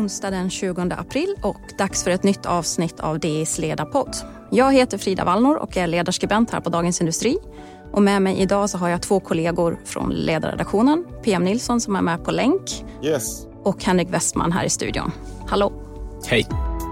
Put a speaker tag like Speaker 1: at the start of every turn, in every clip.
Speaker 1: onsdag den 20 april och dags för ett nytt avsnitt av DIs ledarpodd. Jag heter Frida Wallnor och är ledarskribent här på Dagens Industri. Och med mig idag så har jag två kollegor från ledarredaktionen. PM Nilsson som är med på länk.
Speaker 2: Yes.
Speaker 1: Och Henrik Westman här i studion. Hallå.
Speaker 3: Hej.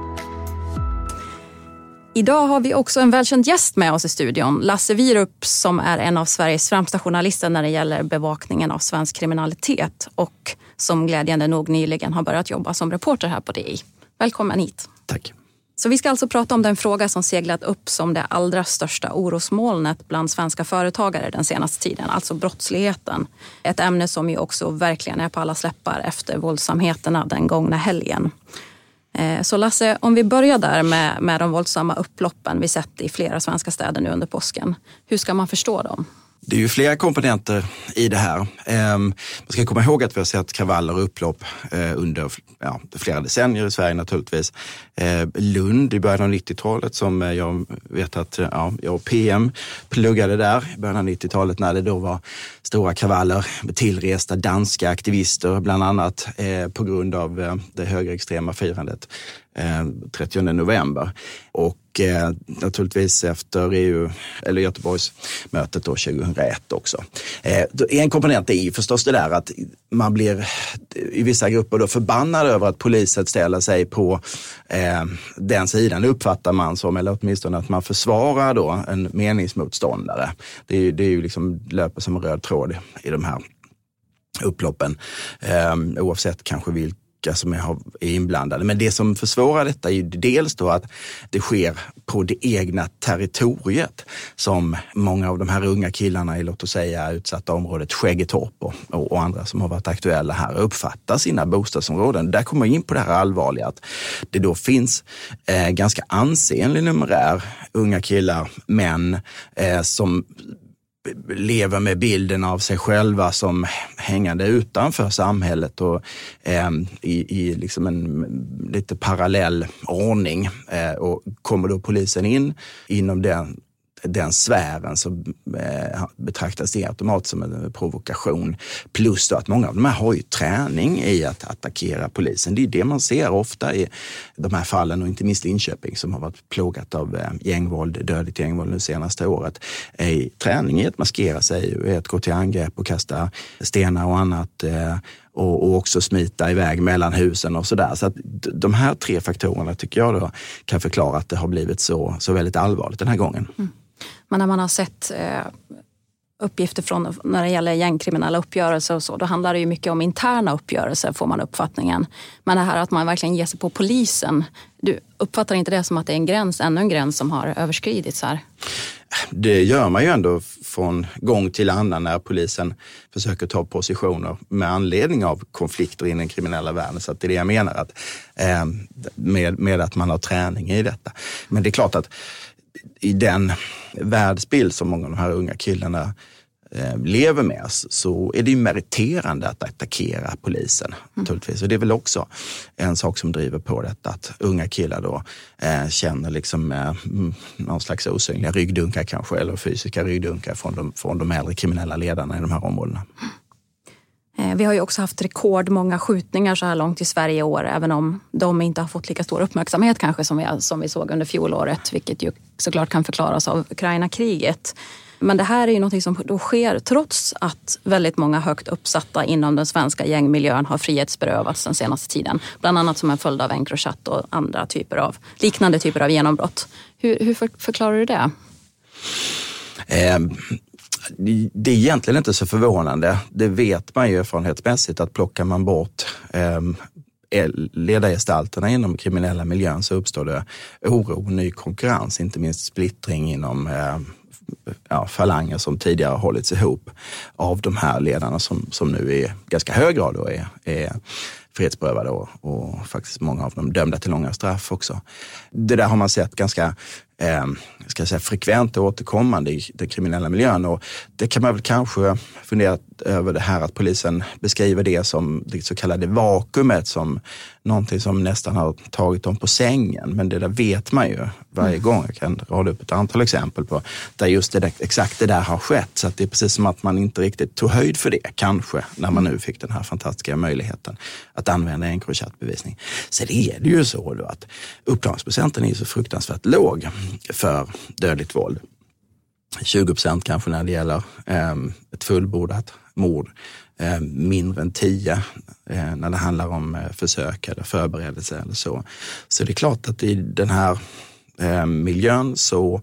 Speaker 1: Idag har vi också en välkänd gäst med oss i studion. Lasse Wierup som är en av Sveriges främsta journalister när det gäller bevakningen av svensk kriminalitet. Och som glädjande nog nyligen har börjat jobba som reporter här på DI. Välkommen hit.
Speaker 3: Tack.
Speaker 1: Så vi ska alltså prata om den fråga som seglat upp som det allra största orosmolnet bland svenska företagare den senaste tiden, alltså brottsligheten. Ett ämne som ju också verkligen är på alla släppar efter våldsamheterna den gångna helgen. Så Lasse, om vi börjar där med de våldsamma upploppen vi sett i flera svenska städer nu under påsken. Hur ska man förstå dem?
Speaker 3: Det är ju flera komponenter i det här. Man ska komma ihåg att vi har sett kravaller och upplopp under flera decennier i Sverige naturligtvis. Lund i början av 90-talet som jag vet att jag och PM pluggade där i början av 90-talet när det då var stora kravaller med tillresta danska aktivister bland annat på grund av det högerextrema firandet 30 november. Och naturligtvis efter Göteborgsmötet då 2001 också. En komponent är förstås det där att man blir i vissa grupper då förbannad över att polisen ställer sig på den sidan, uppfattar man som, eller åtminstone att man försvarar då en meningsmotståndare. Det är ju liksom löper som en röd tråd i de här upploppen, oavsett kanske vilka som är inblandade. Men det som försvårar detta är ju dels då att det sker på det egna territoriet som många av de här unga killarna i, låt oss säga, utsatta området Skäggetorp och andra som har varit aktuella här uppfattar sina bostadsområden. Där kommer jag in på det här allvarliga att det då finns ganska ansenlig numerär unga killar, män som lever med bilden av sig själva som hängande utanför samhället och i liksom en lite parallell ordning. Och kommer då polisen in inom den sfären så betraktas det automatiskt som en provokation. Plus då att många av de här har ju träning i att attackera polisen. Det är det man ser ofta i de här fallen och inte minst Linköping som har varit plågat av dödligt gängvåld det senaste året. Träning i att maskera sig, att gå till angrepp och kasta stenar och annat och också smita iväg mellan husen och sådär. Så att de här tre faktorerna tycker jag då kan förklara att det har blivit så väldigt allvarligt den här gången. Mm.
Speaker 1: Men när man har sett uppgifter från när det gäller gängkriminella uppgörelser och så, då handlar det ju mycket om interna uppgörelser får man uppfattningen. Men det här att man verkligen ger sig på polisen, du uppfattar inte det som att det är ännu en gräns som har överskridits här?
Speaker 3: Det gör man ju ändå från gång till annan när polisen försöker ta positioner med anledning av konflikter i den kriminella världen. Så att det är det jag menar att, med att man har träning i detta. Men det är klart att i den världsbild som många av de här unga killarna lever med så är det ju meriterande att attackera polisen naturligtvis. Och det är väl också en sak som driver på detta att unga killar då känner liksom någon slags osynliga ryggdunkar kanske eller fysiska ryggdunkar från de äldre kriminella ledarna i de här områdena.
Speaker 1: Vi har ju också haft rekordmånga skjutningar så här långt i Sverige i år, även om de inte har fått lika stor uppmärksamhet kanske som vi såg under fjolåret, vilket ju såklart kan förklaras av Ukraina-kriget. Men det här är ju något som då sker trots att väldigt många högt uppsatta inom den svenska gängmiljön har frihetsberövats den senaste tiden. Bland annat som en följd av Encrochat och andra liknande typer av genombrott. Hur förklarar du det?
Speaker 3: Det är egentligen inte så förvånande. Det vet man ju erfarenhetsmässigt att plockar man bort ledargestalterna inom kriminella miljön så uppstår det oro och ny konkurrens, inte minst splittring inom falanger som tidigare har hållits ihop av de här ledarna som nu i ganska hög grad då är frihetsberövade och faktiskt många av dem dömda till långa straff också. Det där har man sett ganska ska jag säga, frekvent och återkommande i den kriminella miljön. Och det kan man väl kanske fundera över det här att polisen beskriver det som det så kallade vakuumet som någonting som nästan har tagit dem på sängen. Men det där vet man ju varje gång. Jag kan rada upp ett antal exempel på där just det där, exakt det där har skett. Så att det är precis som att man inte riktigt tog höjd för det, kanske, när man nu fick den här fantastiska möjligheten att använda Encrochat-bevisning. Så det är det ju så då att uppklaringsprocenten är så fruktansvärt låg för dödligt våld. 20% kanske när det gäller ett fullbordat mord. Mindre än 10 när det handlar om försök eller förberedelse eller så. Så det är klart att i den här miljön så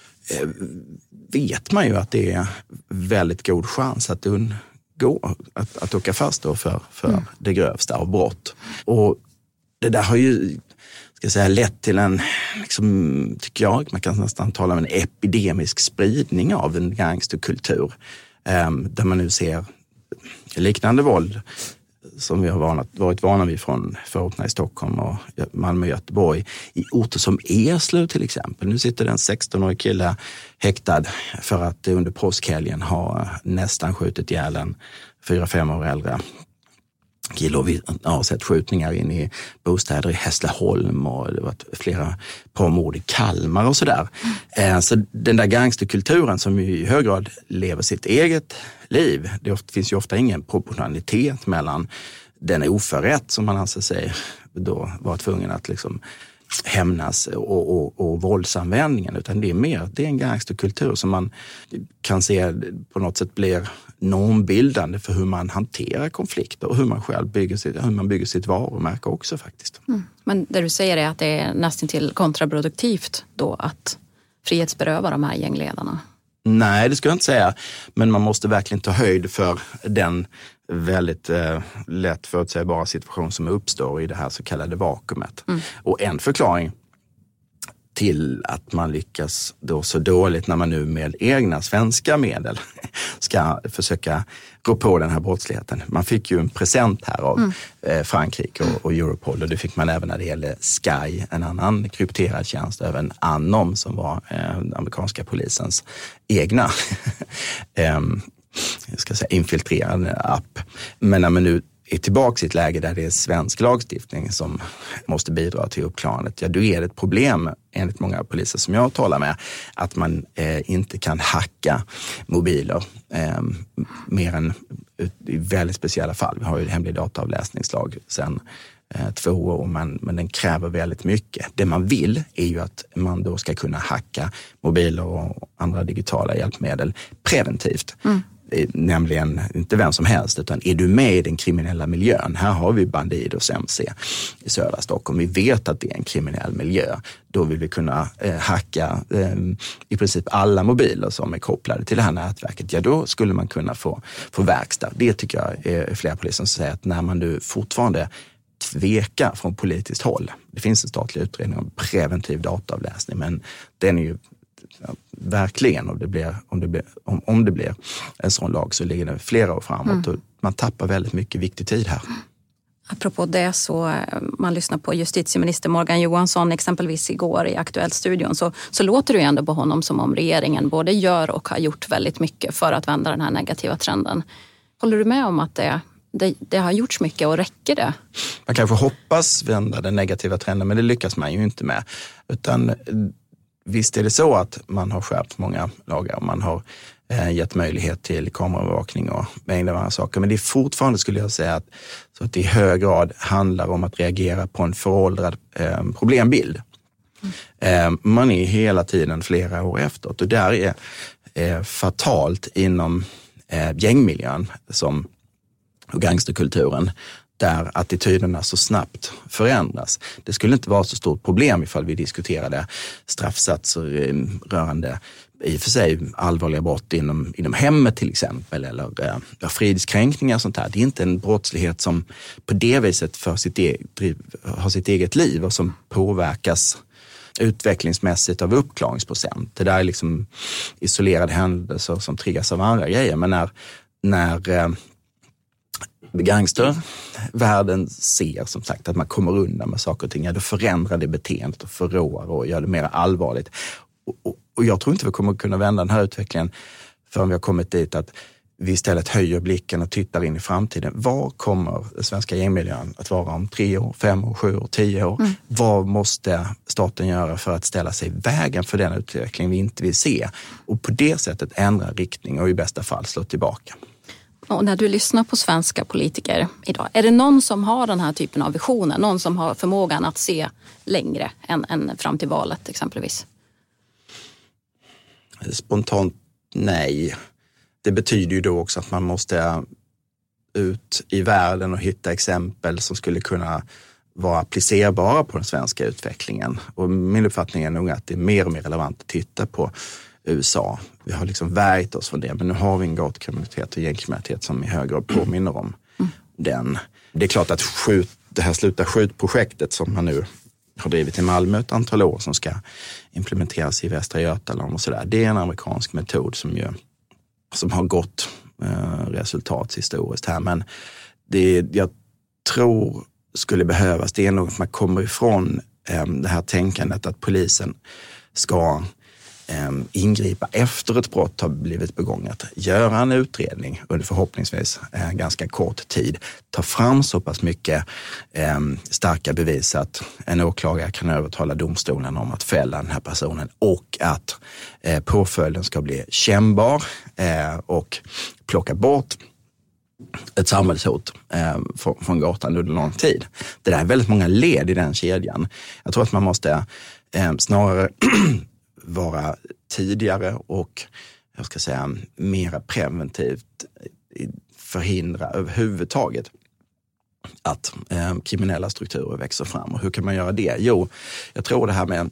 Speaker 3: vet man ju att det är väldigt god chans att undgå att åka fast då för det grövsta av brott. Och det där har ju lett till en, liksom, tycker jag, man kan nästan tala om en epidemisk spridning av en gangsterkultur. Där man nu ser liknande våld som vi har varit vana vid från förorterna i Stockholm och Malmö och Göteborg. I orter som Eslöv till exempel. Nu sitter en 16-årig kille häktad för att under påskhelgen ha nästan skjutit ihjäl en 4-5 år äldre kille. Vi har sett skjutningar in i bostäder i Hässleholm och det var flera par mord i Kalmar och sådär. Så den där gangsterkulturen som i hög grad lever sitt eget liv. Det finns ju ofta ingen proportionalitet mellan den oförrätt som man anser sig då vara tvungen att liksom hämnas och våldsanvändningen, utan det är en gangsterkultur som man kan se på något sätt blir normbildande för hur man hanterar konflikter och hur man själv bygger sitt varumärke också faktiskt.
Speaker 1: Men det du säger är att det är nästan till kontraproduktivt då att frihetsberöva de här gängledarna?
Speaker 3: Nej, det ska jag inte säga. Men man måste verkligen ta höjd för den väldigt lätt förutsägbara situation som uppstår i det här så kallade vakuumet. Och en förklaring till att man lyckas då så dåligt när man nu med egna svenska medel ska försöka gå på den här brottsligheten. Man fick ju en present här av Frankrike och Europol, och det fick man även när det gäller Sky, en annan krypterad tjänst, även Anom som var amerikanska polisens egna infiltrerande app. Men när man nu är tillbaka i ett läge där det är svensk lagstiftning som måste bidra till uppklarandet, då är det ett problem enligt många poliser som jag talar med att man inte kan hacka mobiler mer än i väldigt speciella fall. Vi har ju hemlig dataavläsningslag sedan 2 år, men den kräver väldigt mycket. Det man vill är ju att man då ska kunna hacka mobiler och andra digitala hjälpmedel preventivt. Nämligen inte vem som helst, utan är du med i den kriminella miljön? Här har vi Bandidos MC i södra Stockholm. Vi vet att det är en kriminell miljö. Då vill vi kunna hacka i princip alla mobiler som är kopplade till det här nätverket. Ja, då skulle man kunna få verkstad. Det tycker jag är flera poliser som säger att när man nu fortfarande tvekar från politiskt håll. Det finns en statlig utredning om preventiv dataavläsning, men den är ju verkligen, om det blir en sån lag så ligger det flera år framåt och man tappar väldigt mycket viktig tid här.
Speaker 1: Apropå det, så man lyssnar på justitieminister Morgan Johansson exempelvis igår i Aktuellt-studion, så låter det ju ändå på honom som om regeringen både gör och har gjort väldigt mycket för att vända den här negativa trenden. Håller du med om att det har gjorts mycket och räcker det?
Speaker 3: Man kanske hoppas vända den negativa trenden, men det lyckas man ju inte med. Utan visst är det så att man har skärpt många lagar och man har gett möjlighet till kameraövervakning och mängder av andra saker. Men det är fortfarande, skulle jag säga, att det i hög grad handlar om att reagera på en föråldrad problembild. Man är hela tiden flera år efteråt, och där är fatalt inom gängmiljön och gangsterkulturen, där attityderna så snabbt förändras. Det skulle inte vara så stort problem ifall vi diskuterade straffsatser rörande i och för sig allvarliga brott inom hemmet till exempel, eller fridskränkningar och sånt här. Det är inte en brottslighet som på det viset har sitt eget liv och som påverkas utvecklingsmässigt av uppklaringsprocent. Det där är liksom isolerade händelser som triggas av andra grejer. Men när gangstervärlden ser som sagt att man kommer undan med saker och ting, då förändrar det beteendet och förråar och gör det mer allvarligt. Och jag tror inte vi kommer kunna vända den här utvecklingen förrän vi har kommit dit att vi istället höjer blicken och tittar in i framtiden. Vad kommer den svenska gängmiljön att vara om 3 år, 5 år, 7 år, 10 år? Vad måste staten göra för att ställa sig i vägen för den utveckling vi inte vill se? Och på det sättet ändra riktning och i bästa fall slå tillbaka.
Speaker 1: Och när du lyssnar på svenska politiker idag, är det någon som har den här typen av visioner? Någon som har förmågan att se längre än fram till valet exempelvis?
Speaker 3: Spontant nej. Det betyder ju då också att man måste ut i världen och hitta exempel som skulle kunna vara applicerbara på den svenska utvecklingen. Och min uppfattning är nog att det är mer och mer relevant att titta på USA. Vi har liksom värjt oss från det, men nu har vi en gatukriminalitet och gängkriminalitet som i hög grad påminner om den. Det är klart att det här Sluta skjut-projektet som man nu har drivit i Malmö ett antal år som ska implementeras i Västra Götaland och sådär. Det är en amerikansk metod som har gått resultat historiskt här. Men det jag tror skulle behövas, det är nog att man kommer ifrån det här tänkandet att polisen ska ingripa efter ett brott har blivit begånget. Göra en utredning under förhoppningsvis ganska kort tid. Ta fram så pass mycket starka bevis att en åklagare kan övertala domstolen om att fälla den här personen och att påföljden ska bli kännbar och plocka bort ett samhällshot från gatan under lång tid. Det där är väldigt många led i den kedjan. Jag tror att man måste snarare vara tidigare och jag ska säga mera preventivt förhindra överhuvudtaget att kriminella strukturer växer fram. Och hur kan man göra det? Jo, jag tror det här med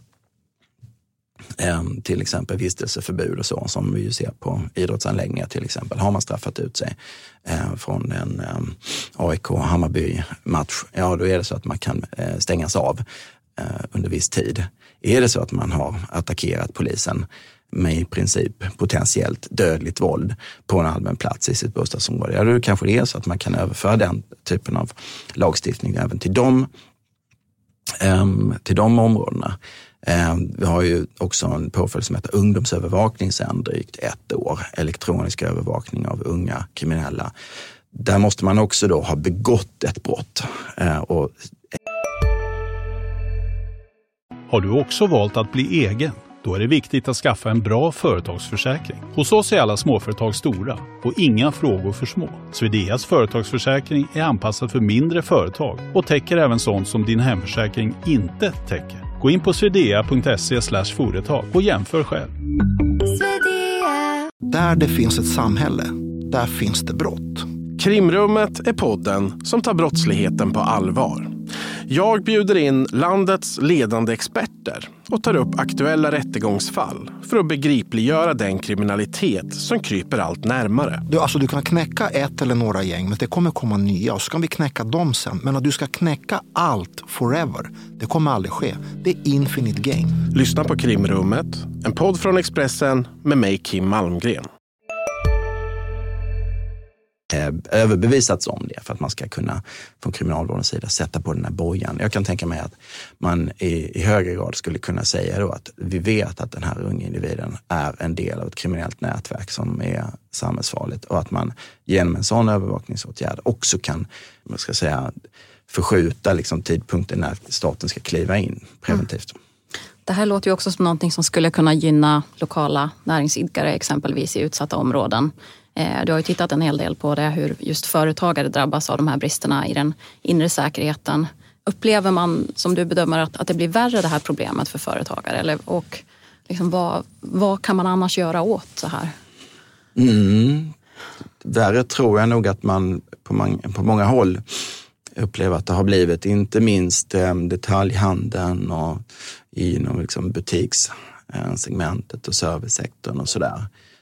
Speaker 3: till exempel vistelseförbud och så som vi ju ser på idrottsanläggningar till exempel. Har man straffat ut sig från en AIK-Hammarby-match, ja då är det så att man kan stängas av under viss tid. Är det så att man har attackerat polisen med i princip potentiellt dödligt våld på en allmän plats i sitt bostadsområde, ja då kanske det är så att man kan överföra den typen av lagstiftning även till de områdena. Vi har ju också en påföljd som heter ungdomsövervakning sedan drygt 1 år. Elektronisk övervakning av unga kriminella. Där måste man också då ha begått ett brott.
Speaker 2: Har du också valt att bli egen? Då är det viktigt att skaffa en bra företagsförsäkring. Hos oss är alla småföretag stora och inga frågor för små. Swedeas företagsförsäkring är anpassad för mindre företag och täcker även sånt som din hemförsäkring inte täcker. Gå in på swedea.se/företag och jämför själv.
Speaker 4: Där det finns ett samhälle, där finns det brott.
Speaker 5: Krimrummet är podden som tar brottsligheten på allvar. Jag bjuder in landets ledande experter och tar upp aktuella rättegångsfall för att begripliggöra den kriminalitet som kryper allt närmare.
Speaker 4: Du kan knäcka ett eller några gäng, men det kommer komma nya och så kan vi knäcka dem sen. Men att du ska knäcka allt forever, det kommer aldrig ske. Det är infinite game.
Speaker 5: Lyssna på Krimrummet, en podd från Expressen med mig Kim Malmgren.
Speaker 3: Överbevisats om det för att man ska kunna från kriminalvårdens sida sätta på den här bojan. Jag kan tänka mig att man i högre grad skulle kunna säga då att vi vet att den här unga individen är en del av ett kriminellt nätverk som är samhällsfarligt och att man genom en sån övervakningsåtgärd också kan, man ska säga, förskjuta liksom tidpunkten när staten ska kliva in preventivt.
Speaker 1: Det här låter ju också som någonting som skulle kunna gynna lokala näringsidkare exempelvis i utsatta områden. Du har ju tittat en hel del på det, hur just företagare drabbas av de här bristerna i den inre säkerheten. Upplever man, som du bedömer, att det blir värre det här problemet för företagare? Och liksom, vad kan man annars göra åt så här?
Speaker 3: Värre tror jag nog att man på många håll upplever att det har blivit, inte minst detaljhandeln och inom liksom butikssegmentet och servicesektorn och sådär.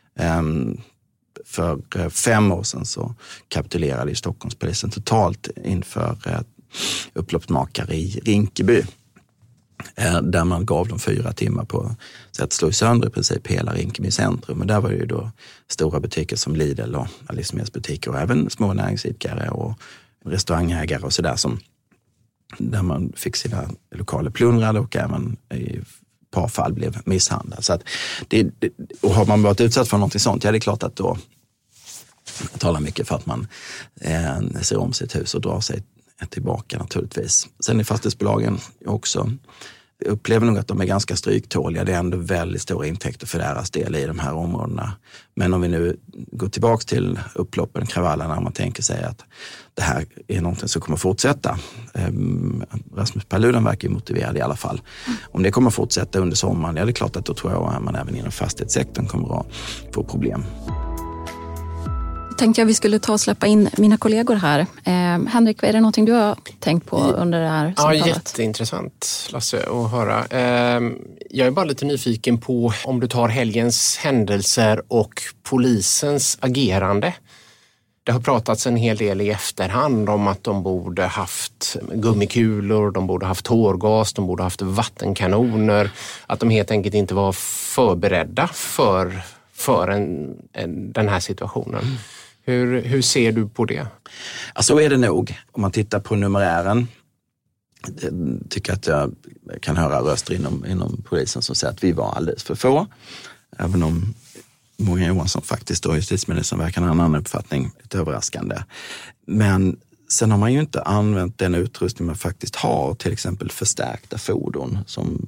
Speaker 3: För 5 år sedan så kapitulerade ju Stockholmspolisen totalt inför upploppsmakare i Rinkeby. Där man gav dem 4 timmar på att slå sönder i princip hela Rinkeby centrum. Men där var det ju då stora butiker som Lidl och livsmedelsbutiker och även små näringsidkare och restaurangägare och sådär där man fick sina lokaler plundrade och även i par fall blev misshandlad. Så att och har man varit utsatt för något sånt, ja det är klart att då talar mycket för att man ser om sitt hus och drar sig tillbaka naturligtvis. Sen är fastighetsbolagen också, jag upplever nog att de är ganska stryktåliga. Det är ändå väldigt stora intäkter för deras del i de här områdena. Men om vi nu går tillbaka till upploppen, kravallerna, man tänker sig att det här är någonting som kommer fortsätta. Rasmus Paludan verkar ju motiverad i alla fall. Om det kommer fortsätta under sommaren, ja det är klart att då tror jag att man även inom fastighetssektorn kommer att få problem.
Speaker 1: Tänkte jag vi skulle ta och släppa in mina kollegor här. Henrik, är det någonting du har tänkt på under det här samtalet?
Speaker 6: Ja, jätteintressant Lasse att höra. Jag är bara lite nyfiken på om du tar helgens händelser och polisens agerande. Det har pratats en hel del i efterhand om att de borde haft gummikulor, de borde haft tårgas, de borde haft vattenkanoner. Att de helt enkelt inte var förberedda för den här situationen. Hur ser du på det?
Speaker 3: Så är det nog. Om man tittar på numerären, jag tycker att jag kan höra röster inom polisen som säger att vi var alldeles för få. Även om Morgan Johansson faktiskt och justitieministern verkar ha en annan uppfattning, lite överraskande. Men sen har man ju inte använt den utrustning man faktiskt har, till exempel förstärkta fordon som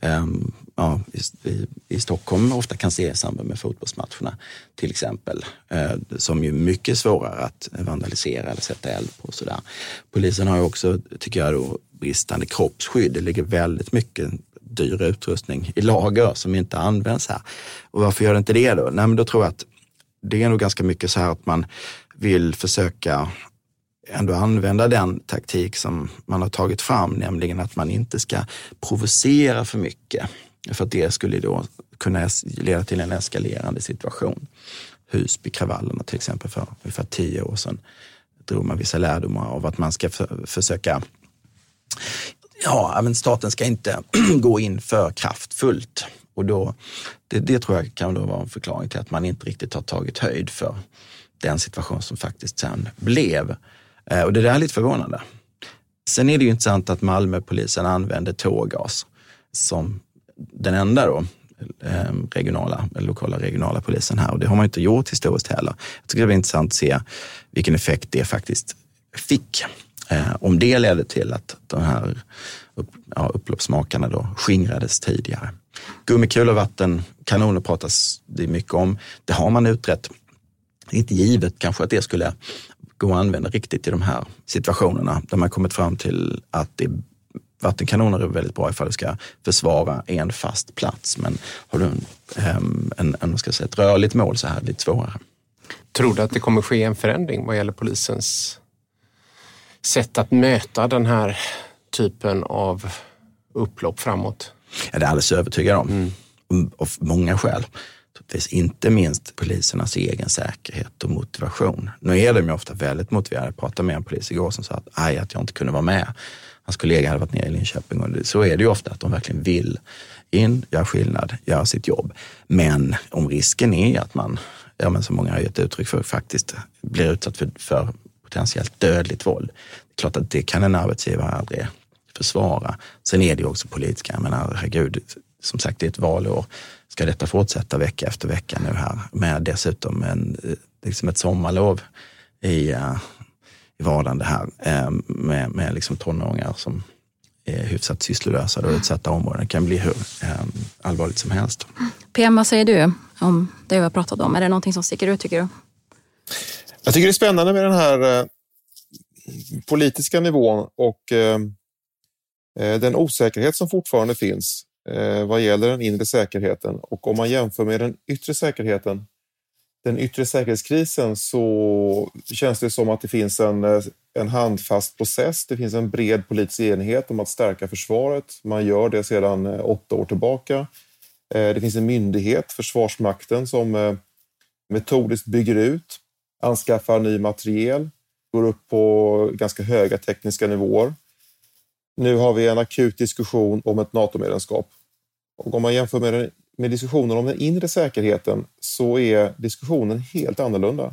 Speaker 3: i Stockholm ofta kan se i samband med fotbollsmatcherna till exempel, som ju mycket svårare att vandalisera eller sätta eld på och sådär. Polisen har ju också, tycker jag då, bristande kroppsskydd. Det ligger väldigt mycket dyr utrustning i lager som inte används här. Och varför gör det inte det då? Nej, men då tror jag att det är nog ganska mycket så här att man vill försöka ändå använda den taktik som man har tagit fram, nämligen att man inte ska provocera för mycket. För att det skulle då kunna leda till en eskalerande situation. Husbykravallerna till exempel för ungefär 10 år sedan drog man vissa lärdomar av att man ska försöka, även staten ska inte gå in för kraftfullt. Och då, det tror jag kan då vara en förklaring till att man inte riktigt har tagit höjd för den situation som faktiskt sen blev. Och det där är lite förvånande. Sen är det ju intressant att Malmöpolisen använder tårgas som den enda då lokala regionala polisen här. Och det har man inte gjort historiskt heller. Jag tycker det var intressant att se vilken effekt det faktiskt fick. Om det ledde till att de här upploppsmakarna då skingrades tidigare. Gummikulor och vattenkanoner pratas det mycket om. Det har man utrett. Det är inte givet kanske att det skulle gå att använda riktigt i de här situationerna där man kommit fram till att vattenkanoner är väldigt bra ifall du ska försvara en fast plats. Men har du ett rörligt mål så här är det lite svårare.
Speaker 6: Tror du att det kommer ske en förändring vad gäller polisens sätt att möta den här typen av upplopp framåt?
Speaker 3: Ja, det är alldeles övertygad om. Av många skäl. Inte minst polisernas egen säkerhet och motivation. Nu är de ju ofta väldigt motiverade. Jag pratade med en polis igår som sa att jag inte kunde vara med. Hans kollega hade varit nere i Linköping. Och så är det ju ofta att de verkligen vill in, göra skillnad, göra sitt jobb. Men om risken är att man, som många har gett uttryck för, faktiskt blir utsatt för potentiellt dödligt våld. Det är klart att det kan en arbetsgivare aldrig försvara. Sen är det ju också politiska. Jag menar, herregud, som sagt, det är ett valår. Ska detta fortsätta vecka efter vecka nu här med dessutom ett sommarlov i vardande här med liksom tonåringar som är hyfsat sysslolösa och utsatta områden. Det kan bli hur allvarligt som helst.
Speaker 1: PM, vad säger du om det vi har pratat om? Är det någonting som sticker ut, tycker du?
Speaker 7: Jag tycker det är spännande med den här politiska nivån och den osäkerhet som fortfarande finns vad gäller den inre säkerheten. Och om man jämför med den yttre säkerheten, den yttre säkerhetskrisen, så känns det som att det finns en handfast process. Det finns en bred politisk enighet om att stärka försvaret. Man gör det sedan 8 år tillbaka. Det finns en myndighet, Försvarsmakten, som metodiskt bygger ut, anskaffar ny materiel, går upp på ganska höga tekniska nivåer. Nu har vi en akut diskussion om ett NATO-medlemskap. Och om man jämför med diskussionen om den inre säkerheten så är diskussionen helt annorlunda.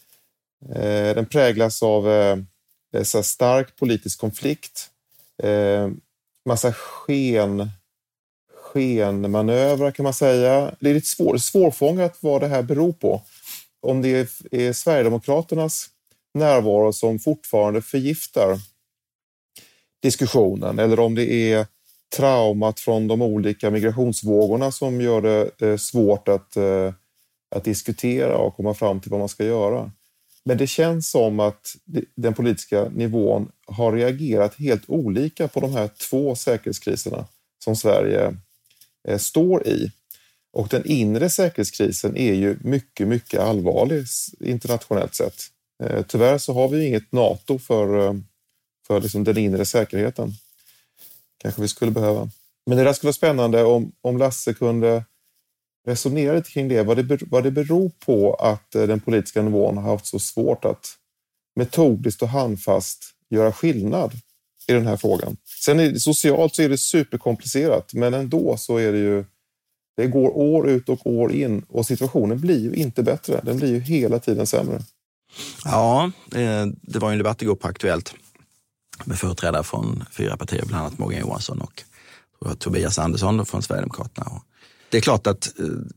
Speaker 7: Den präglas av så stark politisk konflikt, massa skenmanövrar kan man säga. Det är lite svårfångat vad det här beror på. Om det är Sverigedemokraternas närvaro som fortfarande förgiftar diskussionen eller om det är traumat från de olika migrationsvågorna som gör det svårt att diskutera och komma fram till vad man ska göra. Men det känns som att den politiska nivån har reagerat helt olika på de här 2 säkerhetskriserna som Sverige står i. Och den inre säkerhetskrisen är ju mycket, mycket allvarlig internationellt sett. Tyvärr så har vi inget NATO för liksom den inre säkerheten. Kanske vi skulle behöva. Men det där skulle vara spännande om Lasse kunde resonera lite kring det. Vad det beror på att den politiska nivån har haft så svårt att metodiskt och handfast göra skillnad i den här frågan. Sen socialt så är det superkomplicerat, men ändå så är det ju, det går år ut och år in och situationen blir ju inte bättre. Den blir ju hela tiden sämre.
Speaker 3: Ja, det var ju en debatt igår på Aktuellt med företrädare från 4 partier, bland annat Morgan Johansson och Tobias Andersson från Sverigedemokraterna. Och det är klart att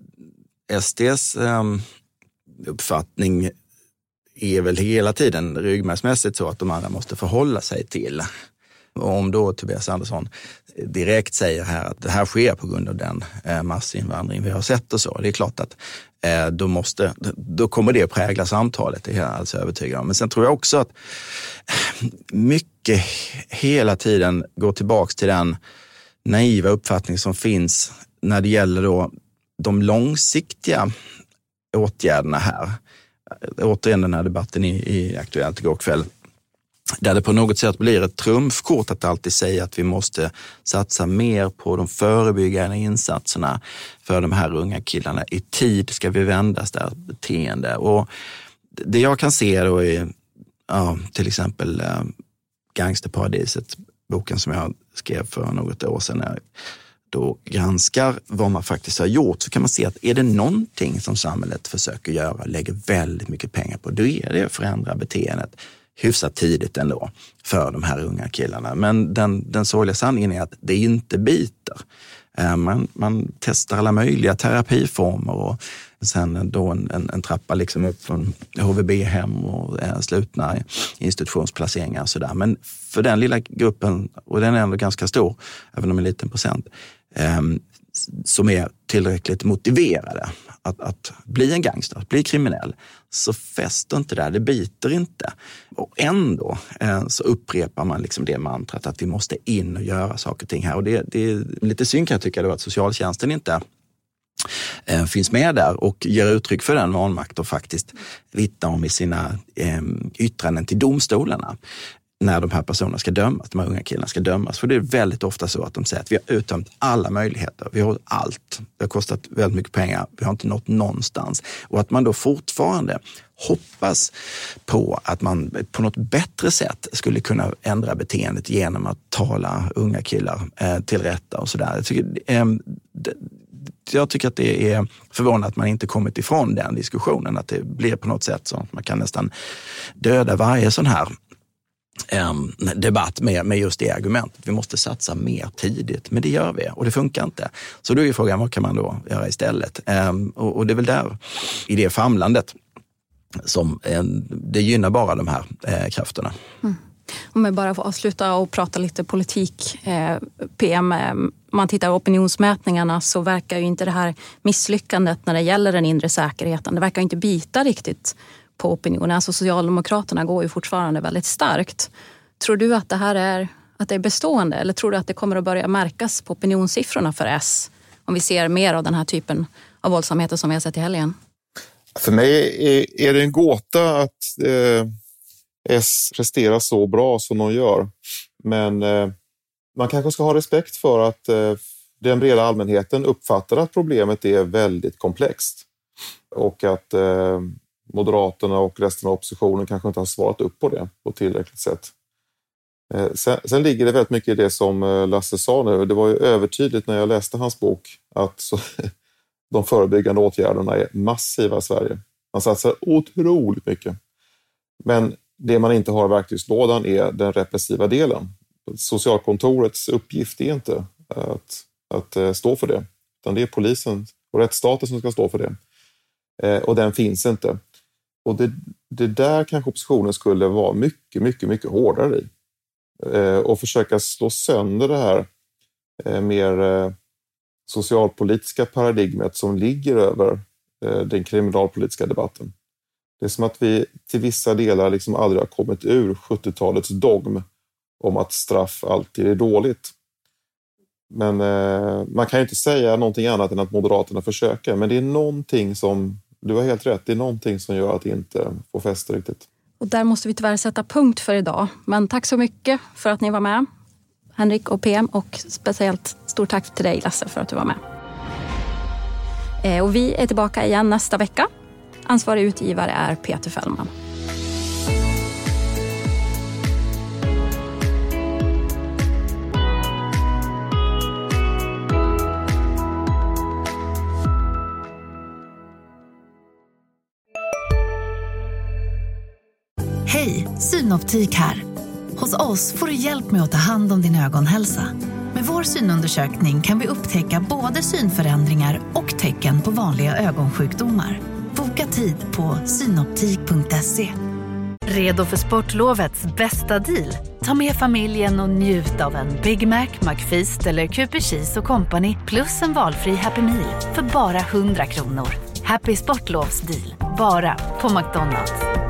Speaker 3: SDs uppfattning är väl hela tiden ryggmärgsmässigt så att de andra måste förhålla sig till. Och om då Tobias Andersson direkt säger här att det här sker på grund av den massinvandring vi har sett och så. Det är klart att då kommer det att prägla samtalet, det är jag alltså övertygad om. Men sen tror jag också att mycket hela tiden går tillbaka till den naiva uppfattning som finns när det gäller då de långsiktiga åtgärderna här. Återigen den här debatten i Aktuellt igår kväll, där det på något sätt blir ett trumfkort att alltid säga att vi måste satsa mer på de förebyggande insatserna för de här unga killarna. I tid ska vi vända deras beteende. Och det jag kan se då är till exempel Gangsterparadiset, boken som jag skrev för något år sedan, när jag då granskar vad man faktiskt har gjort, så kan man se att är det någonting som samhället försöker göra, lägger väldigt mycket pengar på, då är det att förändra beteendet hyfsat tidigt ändå för de här unga killarna. Men den sorgliga sanningen är att det inte biter. Man testar alla möjliga terapiformer och sen då en trappa liksom upp från HVB-hem och slutna institutionsplaceringar och sådär. Men för den lilla gruppen, och den är ändå ganska stor, även om en liten procent, som är tillräckligt motiverade att bli en gangster, att bli kriminell, så fäster inte det biter inte. Och ändå så upprepar man liksom det mantrat att vi måste in och göra saker och ting här. Och det är lite synd, kan jag tycka, då, att socialtjänsten inte finns med där och ger uttryck för den vanmakt och faktiskt vittnar om i sina yttranden till domstolarna när de här personerna ska dömas, de här unga killarna ska dömas. För det är väldigt ofta så att de säger att vi har uttömt alla möjligheter, vi har allt, det har kostat väldigt mycket pengar, vi har inte nått någonstans. Och att man då fortfarande hoppas på att man på något bättre sätt skulle kunna ändra beteendet genom att tala unga killar till rätta och sådär. Jag tycker att det är förvånande att man inte kommit ifrån den diskussionen, att det blir på något sätt så att man kan nästan döda varje sån här debatt med just det argumentet. Vi måste satsa mer tidigt, men det gör vi och det funkar inte. Så då är ju frågan, vad kan man då göra istället? Och det är väl där, i det famlandet, som det gynnar bara de här krafterna.
Speaker 1: Om jag bara får avsluta och prata lite politik, PM. Man tittar på opinionsmätningarna så verkar ju inte det här misslyckandet när det gäller den inre säkerheten, det verkar inte bita riktigt på opinionen. Alltså Socialdemokraterna går ju fortfarande väldigt starkt. Tror du att det här är bestående, eller tror du att det kommer att börja märkas på opinionssiffrorna för S om vi ser mer av den här typen av våldsamheter som vi har sett i helgen?
Speaker 7: För mig är det en gåta att S presterar så bra som de gör. Men man kanske ska ha respekt för att den breda allmänheten uppfattar att problemet är väldigt komplext. Och att Moderaterna och resten av oppositionen kanske inte har svarat upp på det på tillräckligt sätt. Sen ligger det väldigt mycket i det som Lasse sa nu. Det var ju övertydligt när jag läste hans bok att de förebyggande åtgärderna är massiva i Sverige. Man satsar otroligt mycket. Men det man inte har i verktygslådan är den repressiva delen. Socialkontorets uppgift är inte att att stå för det. Utan det är polisen och rättsstaten som ska stå för det. Och den finns inte. Och det där kanske oppositionen skulle vara mycket, mycket, mycket hårdare i. Och försöka slå sönder det här mer socialpolitiska paradigmet som ligger över den kriminalpolitiska debatten. Det är som att vi till vissa delar liksom aldrig har kommit ur 70-talets dogm om att straff alltid är dåligt. Men man kan ju inte säga någonting annat än att Moderaterna försöker. Men det är någonting som, du har helt rätt, det är någonting som gör att det inte får fäste riktigt.
Speaker 1: Och där måste vi tyvärr sätta punkt för idag. Men tack så mycket för att ni var med, Henrik och PM. Och speciellt stort tack till dig, Lasse, för att du var med. Och vi är tillbaka igen nästa vecka. Ansvarig utgivare är Peter Fällman.
Speaker 8: Hej, Synoptik här. Hos oss får du hjälp med att ta hand om din ögonhälsa. Med vår synundersökning kan vi upptäcka både synförändringar och tecken på vanliga ögonsjukdomar. Boka tid på synoptik.se. Redo för sportlovets bästa deal? Ta med familjen och njut av en Big Mac, McFeast eller Cooper Cheese och Company plus en valfri Happy Meal för bara 100 kronor. Happy Sportlovs deal, bara på McDonald's.